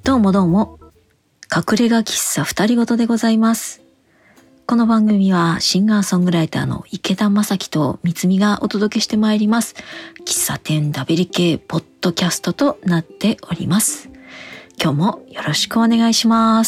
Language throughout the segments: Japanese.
どうもどうも、隠れ家喫茶二人ごとでございます。この番組はシンガーソングライターの池田正樹と三つみがお届けしてまいります。喫茶店ダベリ系ポッドキャストとなっております。今日もよろしくお願いします。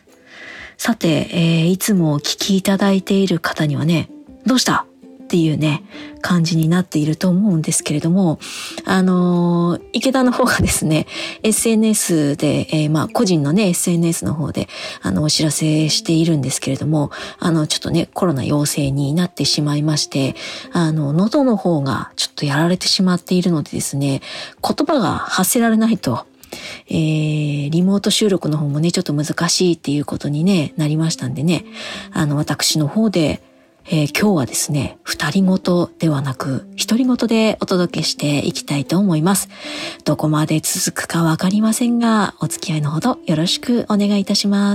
さて、いつもお聞きいただいている方にはね、どうしたっていうね、感じになっていると思うんですけれども、池田の方がですね、SNS で、個人のね、SNS の方で、お知らせしているんですけれども、ちょっとね、コロナ陽性になってしまいまして、喉の方がちょっとやられてしまっているのでですね、言葉が発せられないと、リモート収録の方もね、ちょっと難しいっていうことにね、なりましたんでね、私の方で、今日はですね、二人ごとではなく一人ごとでお届けしていきたいと思います。どこまで続くかわかりませんが、お付き合いのほどよろしくお願いいたします。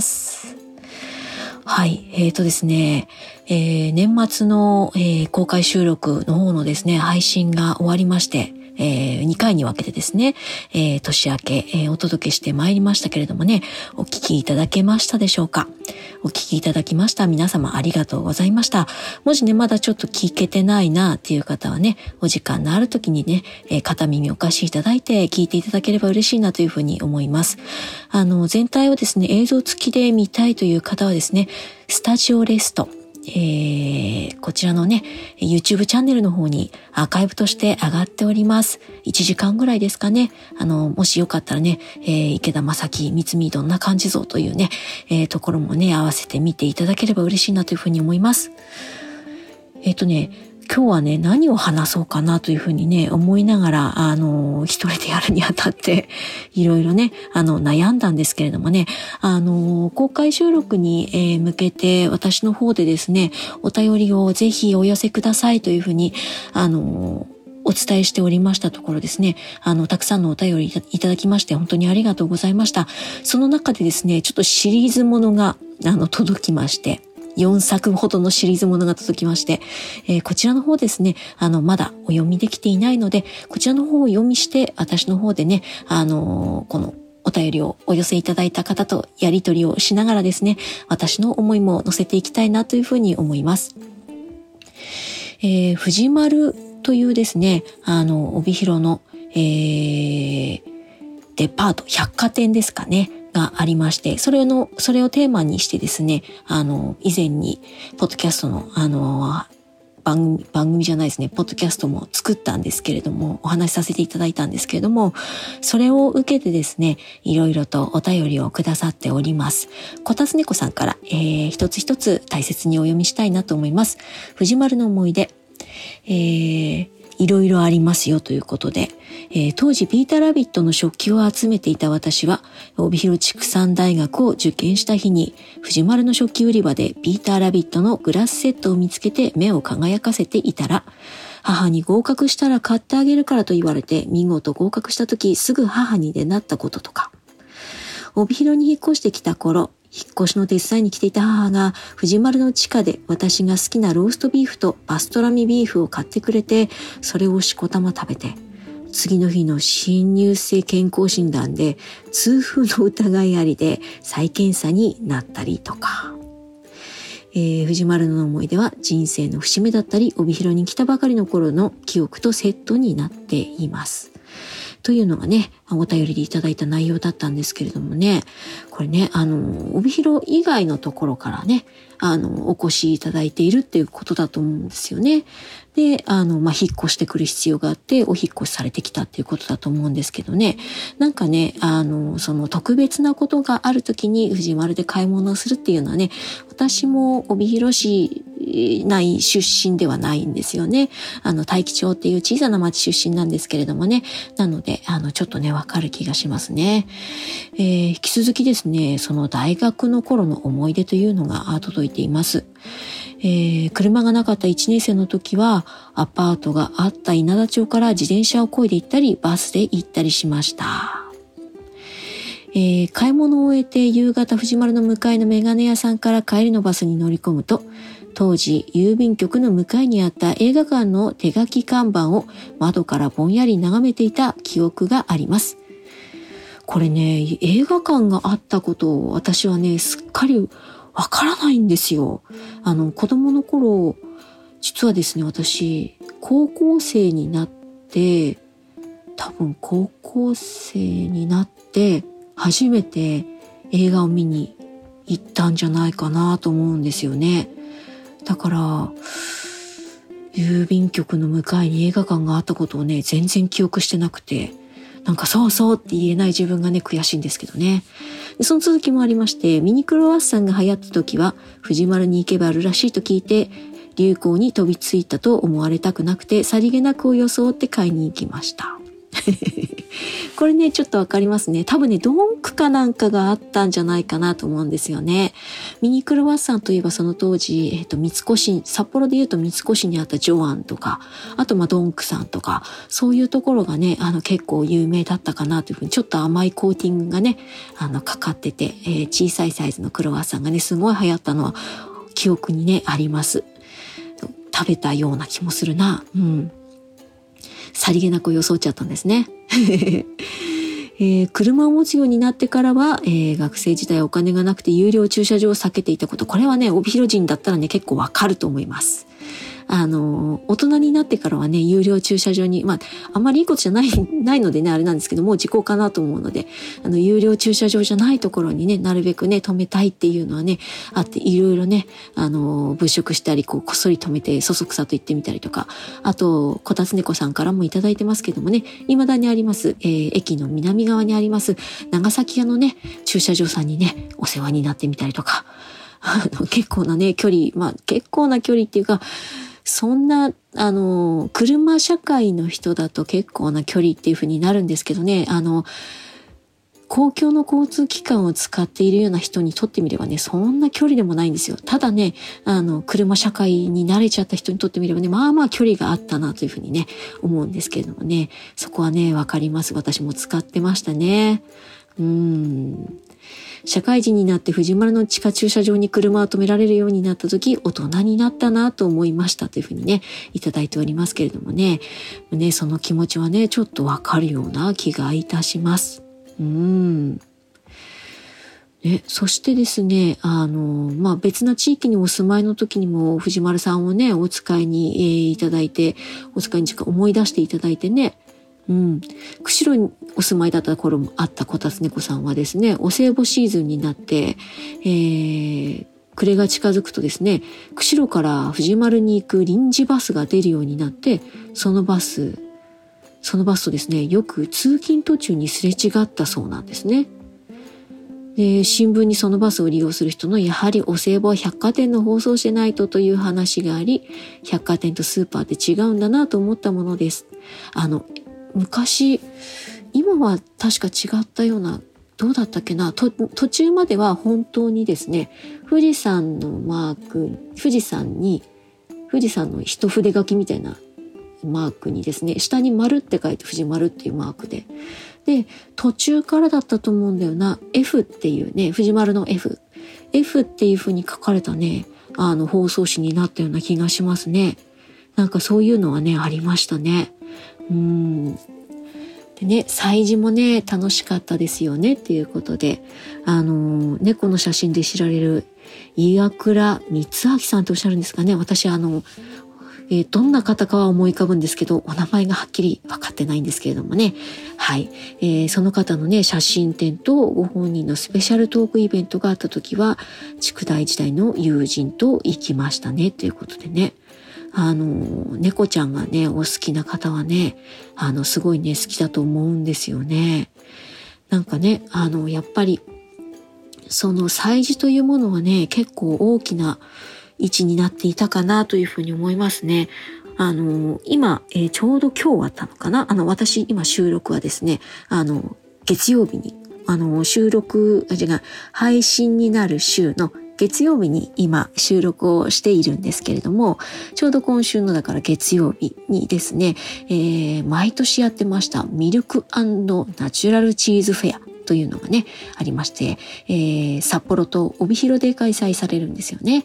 はい、ですね、年末の、公開収録の方のですね、配信が終わりまして、2回に分けてですね、年明け、お届けしてまいりましたけれどもね、お聞きいただけましたでしょうか。お聞きいただきました皆様ありがとうございました。もしね、まだちょっと聞けてないなっていう方はね、お時間のある時にね、片耳お貸しいただいて聞いていただければ嬉しいなというふうに思います。全体をですね、映像付きで見たいという方はですね、スタジオレスト、こちらのね、YouTube チャンネルの方にアーカイブとして上がっております。1時間ぐらいですかね。もしよかったらね、池田正樹、三つみどんな感じぞというね、ところもね、合わせて見ていただければ嬉しいなというふうに思います。今日はね、何を話そうかなというふうにね、思いながら、一人でやるにあたって、いろいろね、悩んだんですけれどもね、公開収録に、向けて、私の方でですね、お便りをぜひお寄せくださいというふうに、お伝えしておりましたところですね、たくさんのお便りいただきまして、本当にありがとうございました。その中でですね、ちょっとシリーズものが、届きまして、4作ほどのシリーズものが届きまして、こちらの方ですね、まだお読みできていないので、こちらの方を読みして、私の方でね、このお便りをお寄せいただいた方とやり取りをしながらですね、私の思いも載せていきたいなというふうに思います。藤丸というですね、帯広の、デパート、百貨店ですかね。がありまして、それをテーマにしてですね、以前に、ポッドキャストの、番組じゃないですね、ポッドキャストも作ったんですけれども、お話しさせていただいたんですけれども、それを受けてですね、いろいろとお便りをくださっております。こたつねこさんから、一つ一つ大切にお読みしたいなと思います。藤丸の思い出。いろいろありますよということで、当時ピーターラビットの食器を集めていた私は、帯広畜産大学を受験した日に、藤丸の食器売り場でピーターラビットのグラスセットを見つけて目を輝かせていたら、母に合格したら買ってあげるからと言われて、見事合格した時すぐ母に出なったこととか、帯広に引っ越してきた頃、引っ越しの手伝いに来ていた母が藤丸の地下で私が好きなローストビーフとパストラミビーフを買ってくれて、それをしこたま食べて、次の日の新入生健康診断で痛風の疑いありで再検査になったりとか。藤丸の思い出は人生の節目だったり、帯広に来たばかりの頃の記憶とセットになっています。というのがね、お便りでいただいた内容だったんですけれどもね、これね、帯広以外のところからね、お越しいただいているっていうことだと思うんですよね。で、引っ越してくる必要があって、お引っ越しされてきたっていうことだと思うんですけどね、なんかね、その特別なことがあるときに藤丸で買い物をするっていうのはね、私も帯広市内出身ではないんですよね。大樹町っていう小さな町出身なんですけれどもね。なので、ちょっとね、わかる気がしますね。引き続きですね、その大学の頃の思い出というのが届いています。車がなかった1年生の時は、アパートがあった稲田町から自転車を漕いで行ったり、バスで行ったりしました。買い物を終えて夕方藤丸の向かいのメガネ屋さんから帰りのバスに乗り込むと、当時郵便局の向かいにあった映画館の手書き看板を窓からぼんやり眺めていた記憶があります。 これね、映画館があったことを私はね、すっかりわからないんですよ。子供の頃、実はですね、私、高校生になって、多分高校生になって、初めて映画を見に行ったんじゃないかなと思うんですよね。だから、郵便局の向かいに映画館があったことをね、全然記憶してなくて、なんかそうそうって言えない自分がね、悔しいんですけどね。でその続きもありまして、ミニクロワッサンが流行った時は、藤丸に行けばあるらしいと聞いて、流行に飛びついたと思われたくなくて、さりげなくを装って買いに行きました。これね、ちょっとわかりますね。多分ね、ドンクかなんかがあったんじゃないかなと思うんですよね。ミニクロワッサンといえばその当時、三越、札幌で言うと三越にあったジョアンとか、あとドンクさんとか、そういうところがね、結構有名だったかなというふうに、ちょっと甘いコーティングがね、かかってて、小さいサイズのクロワッサンがね、すごい流行ったのは記憶にね、あります。食べたような気もするな。うん。さりげなく装っちゃったんですね。車を持つようになってからは、学生時代お金がなくて有料駐車場を避けていたこと。これはね、帯広人だったらね、結構わかると思います。大人になってからはね、有料駐車場に、あんまりいいことじゃないのでね、あれなんですけども、時効かなと思うので、有料駐車場じゃないところにね、なるべくね、止めたいっていうのはね、あって、いろいろね、物色したり、こっそり止めて、そそくさと行ってみたりとか、あと、こたつ猫さんからもいただいてますけどもね、未だにあります、駅の南側にあります、長崎屋のね、駐車場さんにね、お世話になってみたりとか、結構なね、距離、結構な距離っていうか、そんな、車社会の人だと結構な距離っていう風になるんですけどね、公共の交通機関を使っているような人にとってみればね、そんな距離でもないんですよ。ただね、車社会に慣れちゃった人にとってみればね、距離があったなという風にね、思うんですけれどもね、そこはね、わかります。私も使ってましたね。社会人になって藤丸の地下駐車場に車を止められるようになった時、大人になったなと思いましたというふうにね、いただいておりますけれどもね。その気持ちはね、ちょっとわかるような気がいたします。そしてですね、別な地域にお住まいの時にも藤丸さんをね、お使いに、いただいて、お使いに思い出していただいてね、釧路にお住まいだった頃もあったこたつ猫さんはですね、お歳暮シーズンになって、暮れが近づくとですね、釧路から藤丸に行く臨時バスが出るようになって、そのバスとですね、よく通勤途中にすれ違ったそうなんですね。で、新聞にそのバスを利用する人のやはりお歳暮は百貨店の包装してないとという話があり、百貨店とスーパーって違うんだなと思ったものです。昔、今は確か違ったような、どうだったっけな、途中までは本当にですね、富士山のマーク、富士山の一筆書きみたいなマークにですね、下に丸って書いて富士丸っていうマークで、途中からだったと思うんだよな、F っていうね、富士丸の F っていう風に書かれたね、包装紙になったような気がしますね。なんかそういうのはね、ありましたね。でね、催事もね、楽しかったですよねっていうことで、猫の写真で知られる岩倉光明さんっておっしゃるんですかね。私どんな方かは思い浮かぶんですけど、お名前がはっきり分かってないんですけれどもね。はい。その方のね、写真展とご本人のスペシャルトークイベントがあった時は、筑大時代の友人と行きましたね、ということでね。猫ちゃんがね、お好きな方はね、すごいね、好きだと思うんですよね。なんかね、やっぱり、その催事というものはね、結構大きな位置になっていたかなというふうに思いますね。今、ちょうど今日あったのかな、私、今収録はですね、月曜日に、配信になる週の月曜日に今収録をしているんですけれども、ちょうど今週のだから月曜日にですね、毎年やってましたミルク&ナチュラルチーズフェアというのがね、ありまして、札幌と帯広で開催されるんですよね。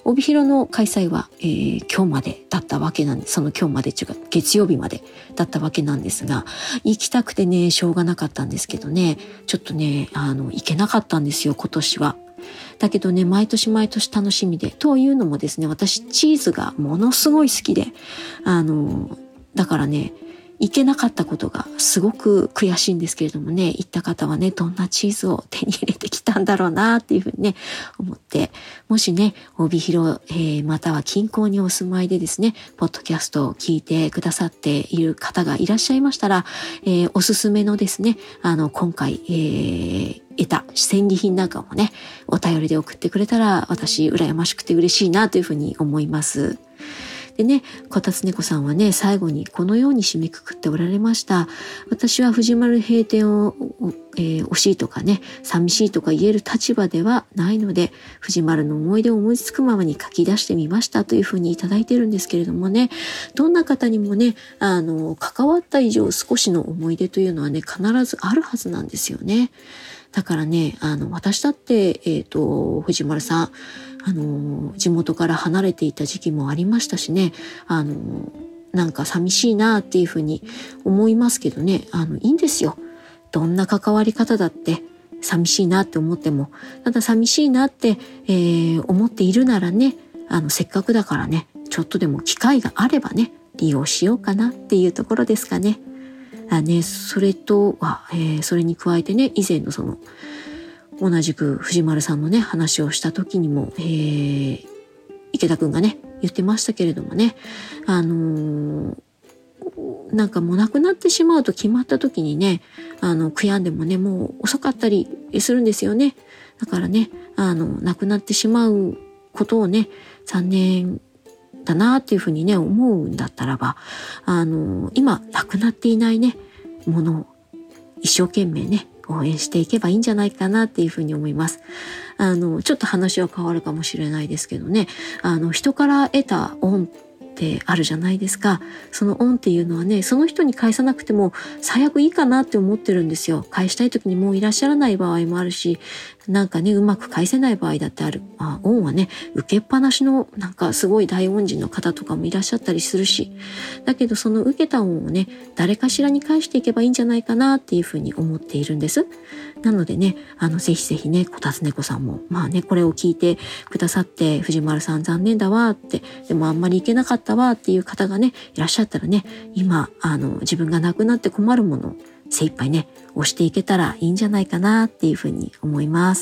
帯広の開催は、今日までだったわけなんです。その今日まで月曜日までだったわけなんですが、行きたくてね、しょうがなかったんですけどね、ちょっとね、行けなかったんですよ、今年は。だけどね、毎年毎年楽しみで。というのもですね、私チーズがものすごい好きで、だからね、行けなかったことがすごく悔しいんですけれどもね、行った方はね、どんなチーズを手に入れてきたんだろうなっていうふうにね、思って、もしね、帯広、または近郊にお住まいでですね、ポッドキャストを聞いてくださっている方がいらっしゃいましたら、おすすめのですね、今回、得た戦利品なんかもね、お便りで送ってくれたら、私、羨ましくて嬉しいなというふうに思います。でね、こたつねこさんはね、最後にこのように締めくくっておられました。私は藤丸閉店を、惜しいとかね、寂しいとか言える立場ではないので、藤丸の思い出を思いつくままに書き出してみましたというふうにいただいてるんですけれどもね、どんな方にもね、関わった以上少しの思い出というのはね、必ずあるはずなんですよね。だからね、私だって、藤丸さん、地元から離れていた時期もありましたしね、なんか寂しいなっていうふうに思いますけどね、いいんですよ。どんな関わり方だって寂しいなって思っても、ただ寂しいなって、思っているならね、せっかくだからね、ちょっとでも機会があればね、利用しようかなっていうところですかね。それとは、それに加えてね、以前のその、同じく藤丸さんのね、話をした時にも、池田くんがね、言ってましたけれどもね、なんかもう亡くなってしまうと決まった時にね、悔やんでもね、もう遅かったりするんですよね。だからね、亡くなってしまうことをね、残念だなっていうふうにね、思うんだったらば、今亡くなっていないね、ものを一生懸命ね、応援していけばいいんじゃないかなっていうふうに思います。ちょっと話は変わるかもしれないですけどね、人から得た恩ってあるじゃないですか。その恩っていうのはね、その人に返さなくても最悪いいかなって思ってるんですよ。返したい時にもういらっしゃらない場合もあるし、なんかね、うまく返せない場合だってある。恩はね、受けっぱなしのなんかすごい大恩人の方とかもいらっしゃったりするし、だけどその受けた恩をね、誰かしらに返していけばいいんじゃないかなっていうふうに思っているんです。なのでね、ぜひぜひね、こたつねこさんも、まあね、これを聞いてくださって、藤丸さん残念だわって、でもあんまりいけなかったわっていう方がね、いらっしゃったらね、今、自分が亡くなって困るものを精一杯ね、押していけたらいいんじゃないかなっていうふうに思います。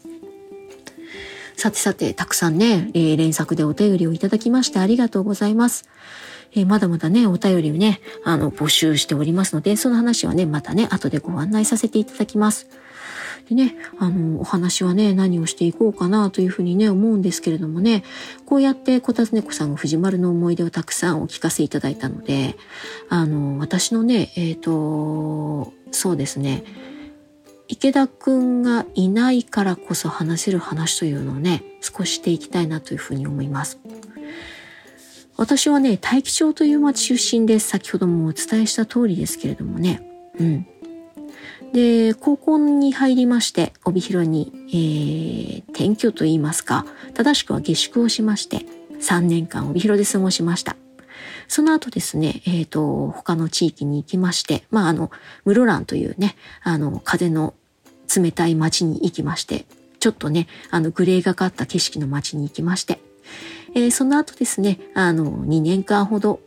さてさて、たくさんね、連作でお便りをいただきましてありがとうございます。まだまだね、お便りをね、募集しておりますので、その話はね、またね、後でご案内させていただきます。でね、お話はね、何をしていこうかなというふうにね、思うんですけれどもね、こうやってこたつねこさんが藤丸の思い出をたくさんお聞かせいただいたので、私のね、そうですね、池田くんがいないからこそ話せる話というのをね、少ししていきたいなというふうに思います。私はね、大樹町という町出身です。先ほどもお伝えした通りですけれどもね。で、高校に入りまして、帯広に、転居といいますか、正しくは下宿をしまして、3年間帯広で過ごしました。その後ですね、他の地域に行きまして、室蘭というね、風の冷たい町に行きまして、ちょっとね、グレーがかった景色の町に行きまして、その後ですね、2年間ほど、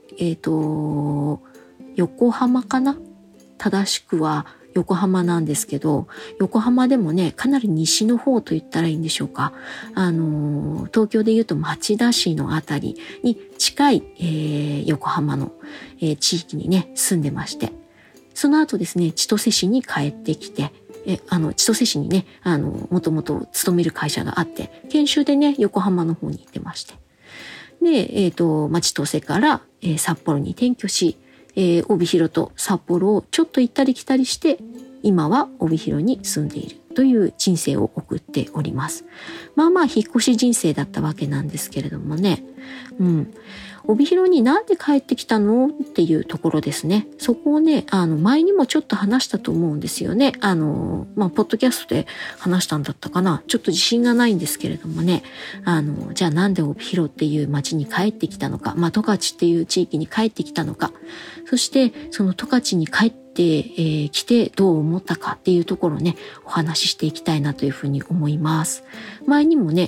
横浜かな？正しくは横浜なんですけど、横浜でもね、かなり西の方と言ったらいいんでしょうか。東京で言うと町田市のあたりに近い、横浜の、地域にね、住んでまして、その後ですね、千歳市に帰ってきて、千歳市にね、もともと勤める会社があって、研修でね、横浜の方に行ってまして。で、千歳から、札幌に転居し、帯広と札幌をちょっと行ったり来たりして、今は帯広に住んでいるという人生を送っております。まあまあ引っ越し人生だったわけなんですけれどもね。 帯広になんで帰ってきたのっていうところですね。そこをね、前にもちょっと話したと思うんですよね。ポッドキャストで話したんだったかな。ちょっと自信がないんですけれどもね。じゃあなんで帯広っていう町に帰ってきたのか、十勝っていう地域に帰ってきたのか、そしてその十勝に帰ってきてどう思ったかっていうところをね、お話ししていきたいなというふうに思います。前にもね、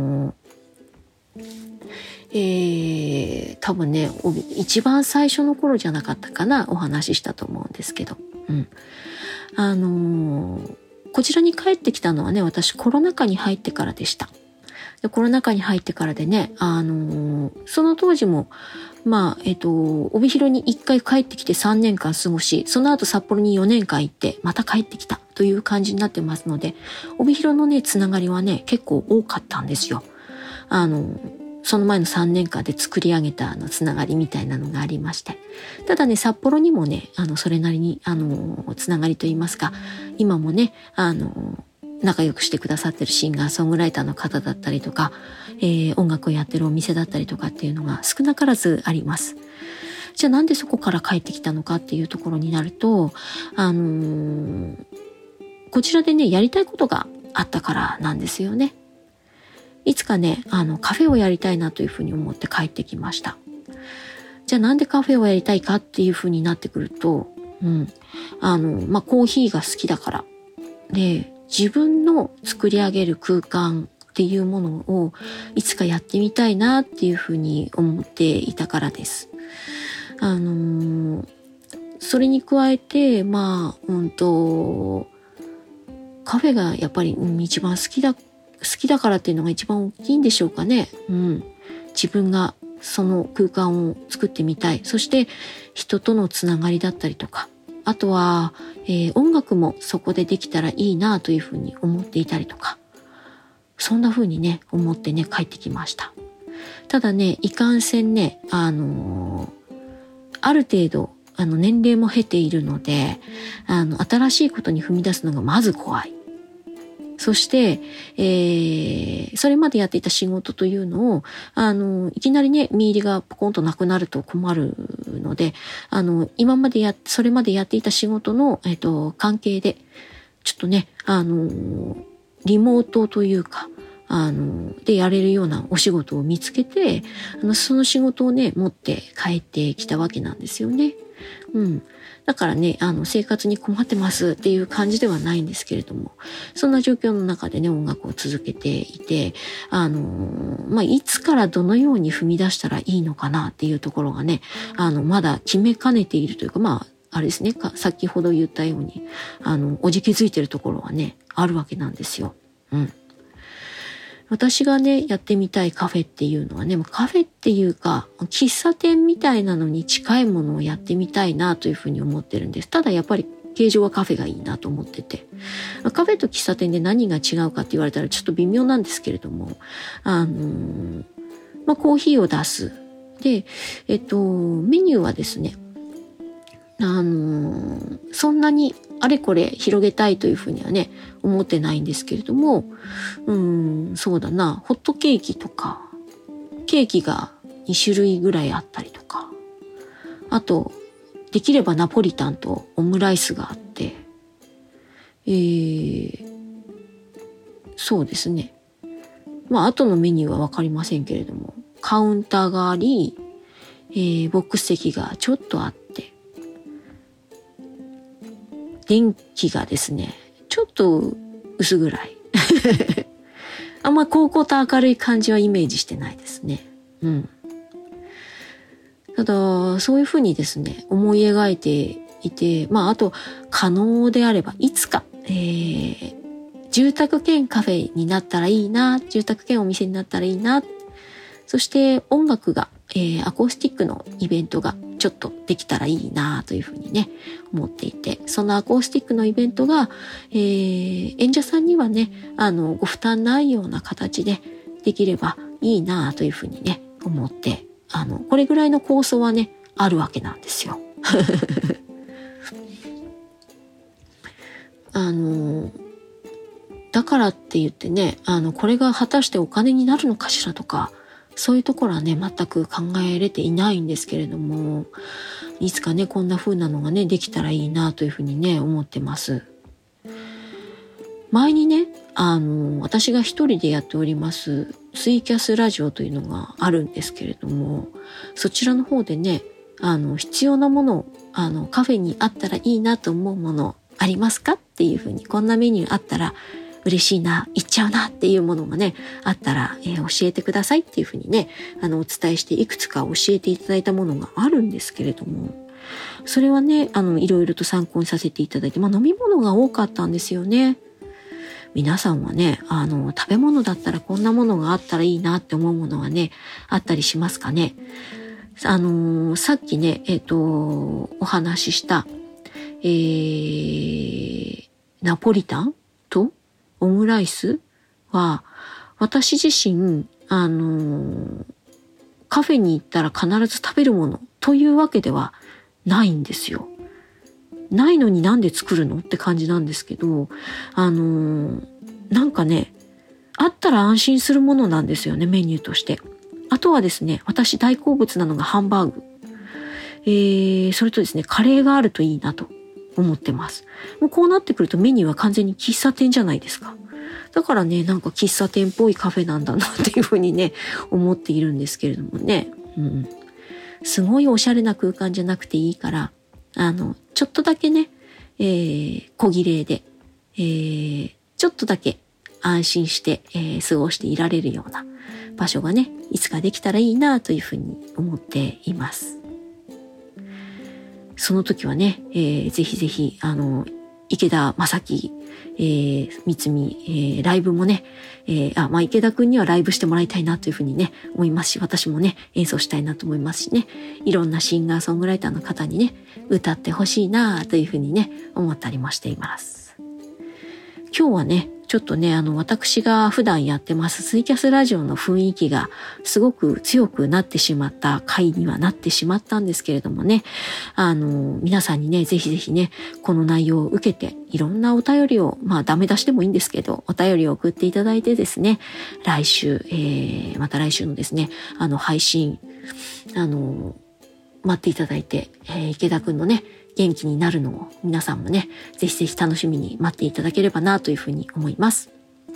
多分ね、一番最初の頃じゃなかったかな、お話ししたと思うんですけど。こちらに帰ってきたのはね、私コロナ禍に入ってからでした。でコロナ禍に入ってからでね、その当時も、帯広に1回帰ってきて3年間過ごし、その後札幌に4年間行って、また帰ってきたという感じになってますので、帯広のね、つながりはね、結構多かったんですよ。その前の3年間で作り上げたつながりみたいなのがありまして。ただね、札幌にもね、それなりに、つながりといいますか、今もね、仲良くしてくださってるシンガーソングライターの方だったりとか、音楽をやってるお店だったりとかっていうのが少なからずあります。じゃあなんでそこから帰ってきたのかっていうところになると、こちらでね、やりたいことがあったからなんですよね。いつかね、カフェをやりたいなというふうに思って帰ってきました。じゃあなんでカフェをやりたいかっていうふうになってくると、コーヒーが好きだから。で、自分の作り上げる空間っていうものをいつかやってみたいなっていうふうに思っていたからです。それに加えて、カフェがやっぱり一番好きだからっていうのが一番大きいんでしょうかね。自分がその空間を作ってみたい。そして人とのつながりだったりとか、あとは、音楽もそこでできたらいいなというふうに思っていたりとか、そんなふうにね、思ってね、帰ってきました。ただね、いかんせんね、ある程度、年齢も経ているので、新しいことに踏み出すのがまず怖い。そして、それまでやっていた仕事というのを、いきなりね、見入りがポコンとなくなると困るので、それまでやっていた仕事の、関係で、ちょっとね、リモートというか、でやれるようなお仕事を見つけて、その仕事をね、持って帰ってきたわけなんですよね。だからね、生活に困ってますっていう感じではないんですけれども、そんな状況の中でね、音楽を続けていて、いつからどのように踏み出したらいいのかなっていうところがね、まだ決めかねているというか、あれですね、先ほど言ったように、おじけづいてるところはね、あるわけなんですよ。私がね、やってみたいカフェっていうのはね、カフェっていうか、喫茶店みたいなのに近いものをやってみたいなというふうに思ってるんです。ただやっぱり形状はカフェがいいなと思ってて。カフェと喫茶店で何が違うかって言われたらちょっと微妙なんですけれども、コーヒーを出す。で、メニューはですね、そんなにあれこれ広げたいというふうにはね、思ってないんですけれども、そうだな、ホットケーキとか、ケーキが2種類ぐらいあったりとか、あと、できればナポリタンとオムライスがあって、そうですね。後のメニューはわかりませんけれども、カウンターがあり、ボックス席がちょっとあって、電気がですね、ちょっと薄暗い。あんま高校と明るい感じはイメージしてないですね。ただ、そういうふうにですね、思い描いていて、あと、可能であれば、いつか、住宅兼カフェになったらいいな、住宅兼お店になったらいいな、そして音楽が、アコースティックのイベントがちょっとできたらいいなというふうにね、思っていて、そのアコースティックのイベントが、演者さんにはね、ご負担ないような形でできればいいなというふうにね、思って、これぐらいの構想はね、あるわけなんですよ。だからって言ってね、これが果たしてお金になるのかしらとか、 そういうところはね、全く考えれていないんですけれども、いつかね、こんな風なのがね、できたらいいなというふうにね、思ってます。前にね、私が一人でやっておりますツイキャスラジオというのがあるんですけれども、そちらの方でね、必要なものを、カフェにあったらいいなと思うものありますかっていうふうに、こんなメニューあったら嬉しいな、行っちゃうなっていうものがね、あったら、教えてくださいっていうふうにね、お伝えしていくつか教えていただいたものがあるんですけれども、それはね、いろいろと参考にさせていただいて、飲み物が多かったんですよね。皆さんはね、食べ物だったらこんなものがあったらいいなって思うものはね、あったりしますかね。さっきね、お話しした、ナポリタンとオムライスは、私自身、カフェに行ったら必ず食べるものというわけではないんですよ。ないのになんで作るのって感じなんですけど、なんかね、あったら安心するものなんですよね、メニューとして。あとはですね、私大好物なのがハンバーグ。それとですね、カレーがあるといいなと思ってます。もうこうなってくるとメニューは完全に喫茶店じゃないですか。だからね、なんか喫茶店っぽいカフェなんだなっていうふうにね、思っているんですけれどもね。すごいおしゃれな空間じゃなくていいから、ちょっとだけね、小綺麗で、ちょっとだけ安心して、過ごしていられるような場所がね、いつかできたらいいなというふうに思っています。その時はね、ぜひぜひ、池田正樹、三つみ、ライブもね、池田くんにはライブしてもらいたいなというふうにね、思いますし、私もね、演奏したいなと思いますしね、いろんなシンガーソングライターの方にね、歌ってほしいなというふうにね、思ったりもしています。今日はね、ちょっとね、私が普段やってますツイキャスラジオの雰囲気がすごく強くなってしまった回にはなってしまったんですけれどもね、皆さんにね、ぜひぜひね、この内容を受けて、いろんなお便りを、ダメ出しでもいいんですけど、お便りを送っていただいてですね、来週、また来週のですね、配信、待っていただいて、池田くんのね、元気になるのを皆さんもね、ぜひぜひ楽しみに待っていただければなというふうに思います。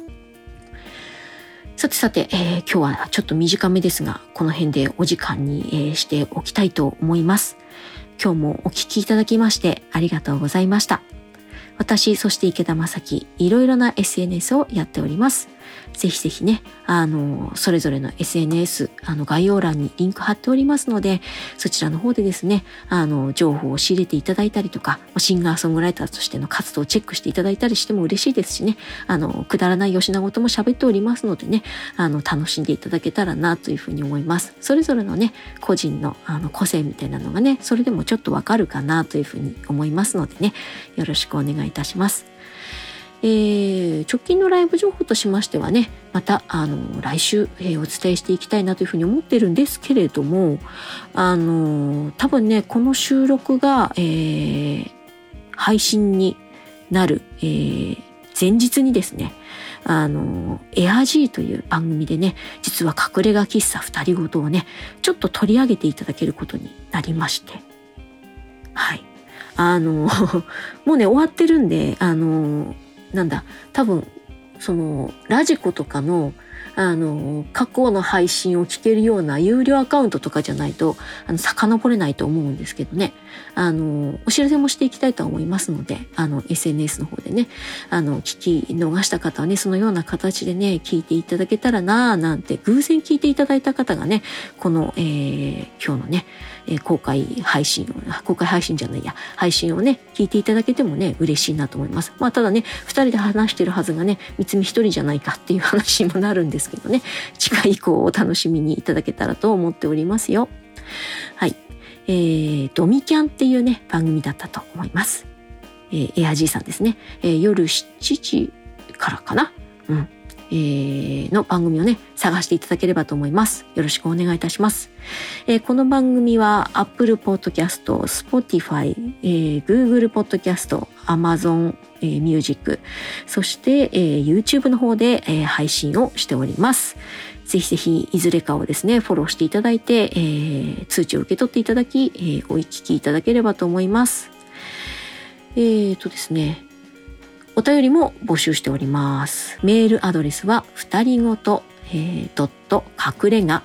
さて、今日はちょっと短めですが、この辺でお時間に、しておきたいと思います。今日もお聞きいただきましてありがとうございました。私、そして池田正樹、いろいろな SNS をやっております。ぜひぜひね、それぞれの SNS、概要欄にリンク貼っておりますので、そちらの方でですね、情報を仕入れていただいたりとか、シンガーソングライターとしての活動をチェックしていただいたりしても嬉しいですしね、くだらない吉名事も喋っておりますのでね、楽しんでいただけたらなというふうに思います。それぞれのね、個人の、個性みたいなのがね、それでもちょっとわかるかなというふうに思いますのでね、よろしくお願いいたします。直近のライブ情報としましてはね、また来週、お伝えしていきたいなというふうに思ってるんですけれども、多分ねこの収録が、配信になる、前日にですね、エアジーという番組でね、実は隠れ家喫茶二人ごとをね、ちょっと取り上げていただけることになりまして、はい、もうね終わってるんで、多分そのラジコとかの過去の配信を聞けるような有料アカウントとかじゃないと遡れないと思うんですけどね、お知らせもしていきたいと思いますので、SNS の方でね、聞き逃した方はね、そのような形でね聞いていただけたらなぁなんて、偶然聞いていただいた方がね、この、今日のね配信をね聞いていただけてもね嬉しいなと思います。ただね2人で話してるはずがね、三つみ1人じゃないかっていう話にもなるんですけどね、次回以降をお楽しみにいただけたらと思っておりますよ。はい、ドミキャンっていうね番組だったと思います。エアジーさんですね、夜7時からかな、の番組をね探していただければと思います。よろしくお願いいたします。この番組は Apple Podcast、Spotify、Google Podcast、Amazon、Music、そして、YouTube の方で、配信をしております。 ぜひぜひいずれかをですね、フォローしていただいて、通知を受け取っていただき、お聞きいただければと思います。ですね、お便りも募集しております。メールアドレスは二人ごと、隠れ家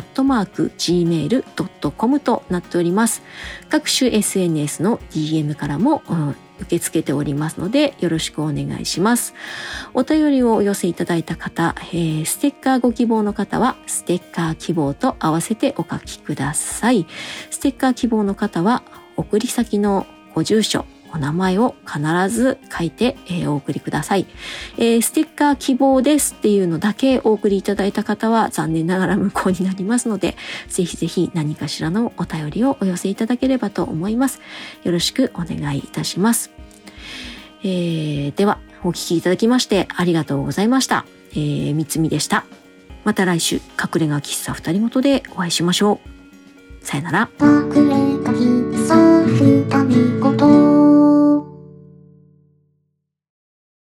@gmail.com となっております。各種 SNS の DM からも、受け付けておりますのでよろしくお願いします。お便りをお寄せいただいた方、ステッカーご希望の方はステッカー希望と合わせてお書きください。ステッカー希望の方は送り先のご住所、お名前を必ず書いて、お送りください。ステッカー希望ですっていうのだけお送りいただいた方は残念ながら無効になりますので、ぜひぜひ何かしらのお便りをお寄せいただければと思います。よろしくお願いいたします。ではお聞きいただきましてありがとうございました。みつみでした。また来週隠れ家喫茶二人ごとでお会いしましょう。さよなら。 隠れ家喫茶二人ごと